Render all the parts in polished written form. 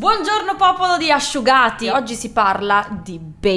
Buongiorno popolo di asciugati! Oggi si parla di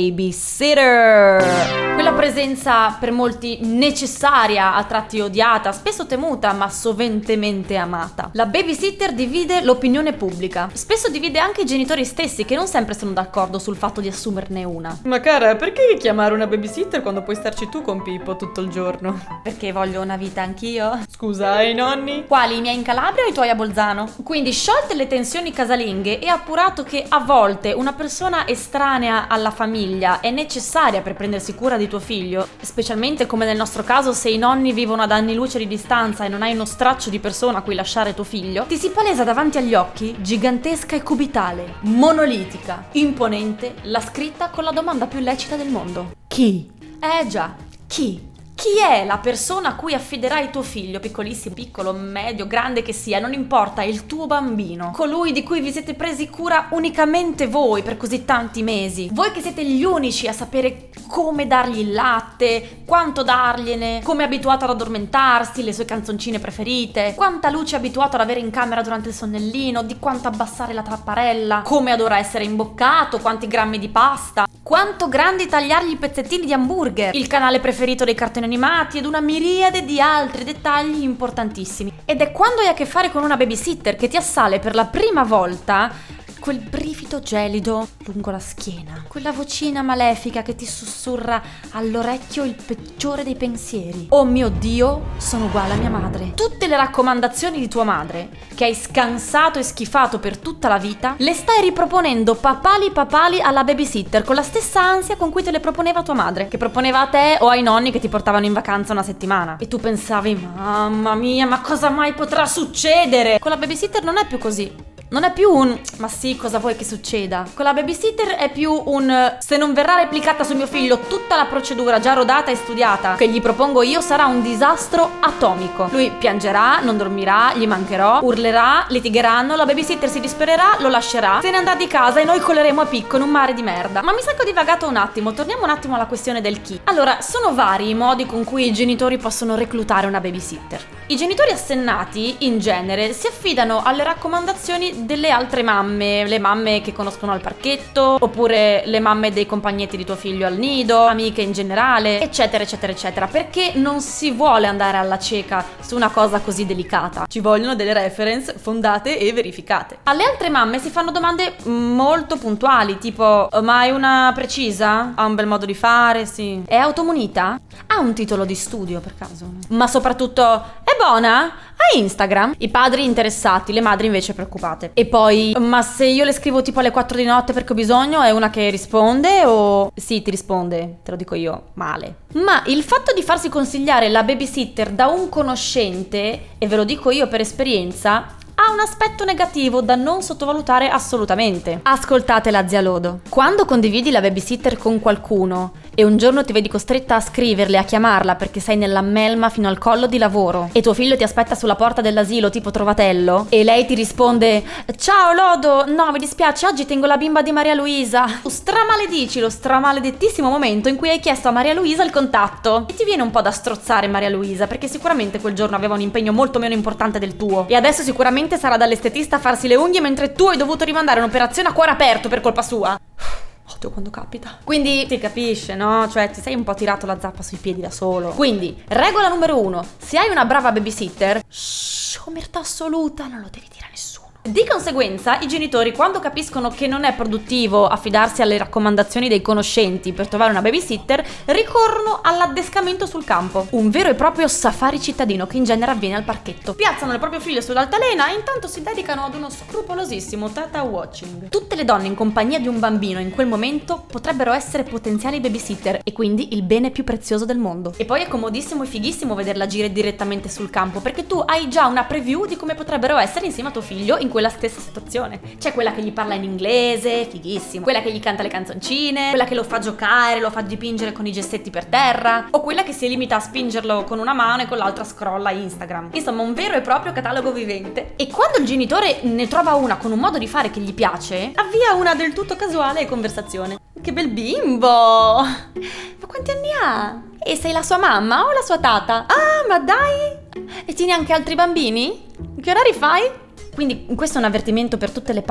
babysitter. Quella presenza per molti necessaria, a tratti odiata, spesso temuta, ma soventemente amata. La babysitter divide l'opinione pubblica. Spesso divide anche i genitori stessi, che non sempre sono d'accordo sul fatto di assumerne una. Ma cara, perché chiamare una babysitter quando puoi starci tu con Pippo tutto il giorno? Perché voglio una vita anch'io? Scusa, e i nonni? Quali, i miei in Calabria o i tuoi a Bolzano? Quindi, sciolte le tensioni casalinghe, è appurato che a volte una persona estranea alla famiglia è necessaria per prendersi cura di tuo figlio, specialmente come nel nostro caso se i nonni vivono ad anni luce di distanza e non hai uno straccio di persona a cui lasciare tuo figlio, ti si palesa davanti agli occhi, gigantesca e cubitale, monolitica, imponente, la scritta con la domanda più lecita del mondo. Chi? Già, chi? Chi è la persona a cui affiderai tuo figlio, piccolissimo, piccolo, medio, grande che sia, non importa, il tuo bambino, colui di cui vi siete presi cura unicamente voi per così tanti mesi, voi che siete gli unici a sapere come dargli il latte, quanto dargliene, come è abituato ad addormentarsi, le sue canzoncine preferite, quanta luce è abituato ad avere in camera durante il sonnellino, di quanto abbassare la tapparella, come adora essere imboccato, quanti grammi di pasta, quanto grandi tagliargli i pezzettini di hamburger, il canale preferito dei cartoni animati ed una miriade di altri dettagli importantissimi. Ed è quando hai a che fare con una babysitter che ti assale per la prima volta quel brivido gelido lungo la schiena, quella vocina malefica che ti sussurra all'orecchio il peggiore dei pensieri. Oh mio Dio, sono uguale a mia madre. Tutte le raccomandazioni di tua madre, che hai scansato e schifato per tutta la vita, le stai riproponendo papali alla babysitter con la stessa ansia con cui te le proponeva tua madre, che proponeva a te o ai nonni che ti portavano in vacanza una settimana. E tu pensavi, mamma mia, ma cosa mai potrà succedere? Con la babysitter non è più così. Non è più un ma sì, cosa vuoi che succeda? Con la babysitter è più un se non verrà replicata su mio figlio tutta la procedura già rodata e studiata che gli propongo io, sarà un disastro atomico. Lui piangerà, non dormirà, gli mancherò, urlerà, litigheranno, la babysitter si dispererà, lo lascerà, se ne andrà di casa e noi coleremo a picco in un mare di merda. Ma mi sa che ho divagato un attimo, torniamo un attimo alla questione del chi. Allora, sono vari i modi con cui i genitori possono reclutare una babysitter. I genitori assennati, in genere, si affidano alle raccomandazioni delle altre mamme, le mamme che conoscono al parchetto, oppure le mamme dei compagnetti di tuo figlio al nido, amiche in generale, eccetera eccetera eccetera, perché non si vuole andare alla cieca su una cosa così delicata. Ci vogliono delle reference fondate e verificate. Alle altre mamme si fanno domande molto puntuali, tipo ma hai una precisa? Ha un bel modo di fare? Sì. È automunita? Ha un titolo di studio per caso? Ma soprattutto è buona? Ha Instagram? I padri interessati, le madri invece preoccupate. E poi, ma se io le scrivo tipo alle 4 di notte perché ho bisogno, è una che risponde o... Sì, ti risponde, te lo dico io, male. Ma il fatto di farsi consigliare la babysitter da un conoscente, e ve lo dico io per esperienza, ha un aspetto negativo da non sottovalutare assolutamente. Ascoltate la zia Lodo. Quando condividi la babysitter con qualcuno e un giorno ti vedi costretta a scriverle, a chiamarla perché sei nella melma fino al collo di lavoro e tuo figlio ti aspetta sulla porta dell'asilo tipo trovatello e lei ti risponde ciao Lodo, no mi dispiace oggi tengo la bimba di Maria Luisa, tu stramaledici lo stramaledettissimo momento in cui hai chiesto a Maria Luisa il contatto e ti viene un po' da strozzare Maria Luisa perché sicuramente quel giorno aveva un impegno molto meno importante del tuo e adesso sicuramente sarà dall'estetista a farsi le unghie mentre tu hai dovuto rimandare un'operazione a cuore aperto per colpa sua. Odio quando capita. Quindi si capisce, no? Cioè ti sei un po' tirato la zappa sui piedi da solo. Quindi, regola numero 1. Se hai una brava babysitter, omertà assoluta, non lo devi dire a nessuno. Di conseguenza, i genitori, quando capiscono che non è produttivo affidarsi alle raccomandazioni dei conoscenti per trovare una babysitter, ricorrono all'addescamento sul campo. Un vero e proprio safari cittadino che in genere avviene al parchetto. Piazzano il proprio figlio sull'altalena e intanto si dedicano ad uno scrupolosissimo tata watching. Tutte le donne in compagnia di un bambino in quel momento potrebbero essere potenziali babysitter e quindi il bene più prezioso del mondo. E poi è comodissimo e fighissimo vederla agire direttamente sul campo perché tu hai già una preview di come potrebbero essere insieme a tuo figlio in quella stessa situazione. C'è quella che gli parla in inglese, fighissimo, quella che gli canta le canzoncine, quella che lo fa giocare, lo fa dipingere con i gessetti per terra, o quella che si limita a spingerlo con una mano e con l'altra scrolla Instagram. Insomma, un vero e proprio catalogo vivente. E quando il genitore ne trova una con un modo di fare che gli piace, avvia una del tutto casuale conversazione. Che bel bimbo! Ma quanti anni ha? E sei la sua mamma o la sua tata? Ah, ma dai! E tieni anche altri bambini? Che orari fai? Quindi questo è un avvertimento per tutte le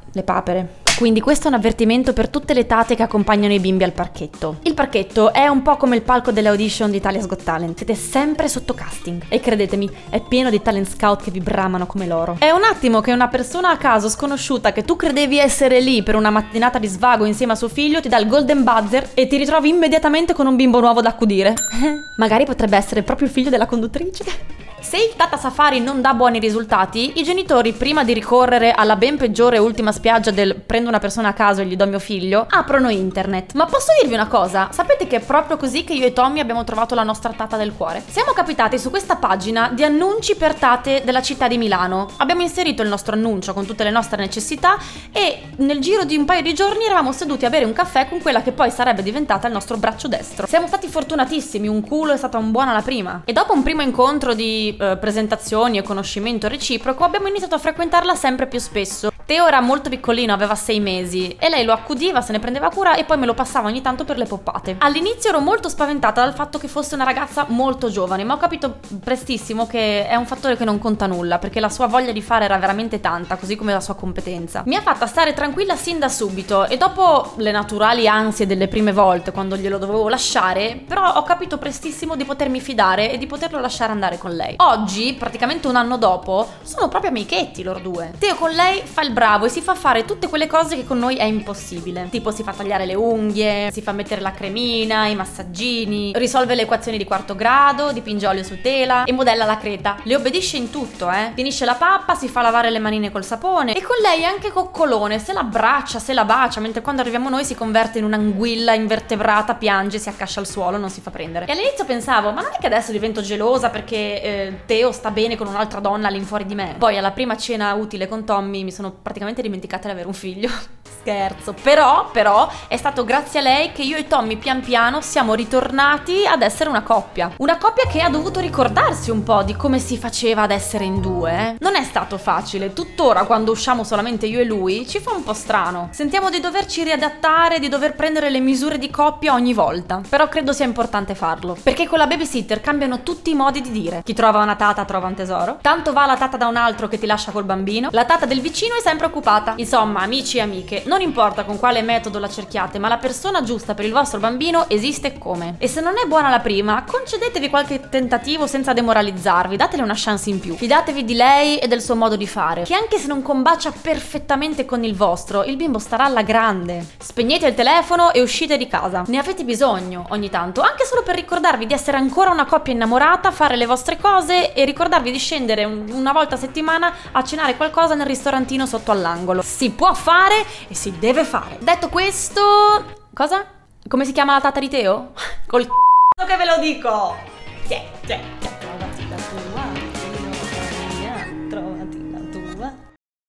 le papere. Quindi questo è un avvertimento per tutte le tate che accompagnano i bimbi al parchetto. Il parchetto è un po' come il palco delle audition di Italia's Got Talent. Siete sempre sotto casting. E credetemi, è pieno di talent scout che vi bramano come loro. È un attimo che una persona a caso sconosciuta che tu credevi essere lì per una mattinata di svago insieme a suo figlio ti dà il golden buzzer e ti ritrovi immediatamente con un bimbo nuovo da accudire. Magari potrebbe essere proprio il figlio della conduttrice. Se il Tata Safari non dà buoni risultati, i genitori, prima di ricorrere alla ben peggiore e ultima spiaggia del prendo una persona a caso e gli do mio figlio, aprono internet. Ma posso dirvi una cosa? Sapete che è proprio così che io e Tommy abbiamo trovato la nostra tata del cuore? Siamo capitati su questa pagina di annunci per tate della città di Milano. Abbiamo inserito il nostro annuncio con tutte le nostre necessità e nel giro di un paio di giorni eravamo seduti a bere un caffè con quella che poi sarebbe diventata il nostro braccio destro. Siamo stati fortunatissimi, un culo è stata un buono alla prima. E dopo un primo incontro di presentazioni e conoscimento reciproco abbiamo iniziato a frequentarla sempre più spesso. Teo era molto piccolino, aveva 6 mesi e lei lo accudiva, se ne prendeva cura e poi me lo passava ogni tanto per le poppate. All'inizio ero molto spaventata dal fatto che fosse una ragazza molto giovane, ma ho capito prestissimo che è un fattore che non conta nulla, perché la sua voglia di fare era veramente tanta, così come la sua competenza. Mi ha fatta stare tranquilla sin da subito e dopo le naturali ansie delle prime volte, quando glielo dovevo lasciare, però ho capito prestissimo di potermi fidare e di poterlo lasciare andare con lei. Oggi, praticamente un anno dopo, sono proprio amichetti loro due. Teo con lei fa il bravo e si fa fare tutte quelle cose che con noi è impossibile. Tipo si fa tagliare le unghie, si fa mettere la cremina, i massaggini, risolve le equazioni di quarto grado, dipinge olio su tela e modella la creta. Le obbedisce in tutto, Finisce la pappa, si fa lavare le manine col sapone e con lei è anche coccolone, se la abbraccia, se la bacia, mentre quando arriviamo noi si converte in un'anguilla invertebrata, piange, si accascia al suolo, non si fa prendere. E all'inizio pensavo, ma non è che adesso divento gelosa perché Teo sta bene con un'altra donna all'infuori di me? Poi alla prima cena utile con Tommy mi sono praticamente dimenticata di avere un figlio. Scherzo. Però è stato grazie a lei che io e Tommy pian piano siamo ritornati ad essere una coppia. Una coppia che ha dovuto ricordarsi un po' di come si faceva ad essere in due. Non è stato facile. Tuttora quando usciamo solamente io e lui ci fa un po' strano. Sentiamo di doverci riadattare, di dover prendere le misure di coppia ogni volta. Però credo sia importante farlo, perché con la babysitter cambiano tutti i modi di dire. Chi trova una tata trova un tesoro. Tanto va la tata da un altro che ti lascia col bambino. La tata del vicino è sempre occupata. Insomma, amici e amiche, non importa con quale metodo la cerchiate, ma la persona giusta per il vostro bambino esiste come. E se non è buona la prima, concedetevi qualche tentativo senza demoralizzarvi, datele una chance in più. Fidatevi di lei e del suo modo di fare, che anche se non combacia perfettamente con il vostro, il bimbo starà alla grande. Spegnete il telefono e uscite di casa. Ne avete bisogno ogni tanto, anche solo per ricordarvi di essere ancora una coppia innamorata, fare le vostre cose e ricordarvi di scendere una volta a settimana a cenare qualcosa nel ristorantino sotto all'angolo. Si può fare e si deve fare. Detto questo, cosa? Come si chiama la tata di Teo? Col c***o che ve lo dico! Tiè, ragazzi, da tua.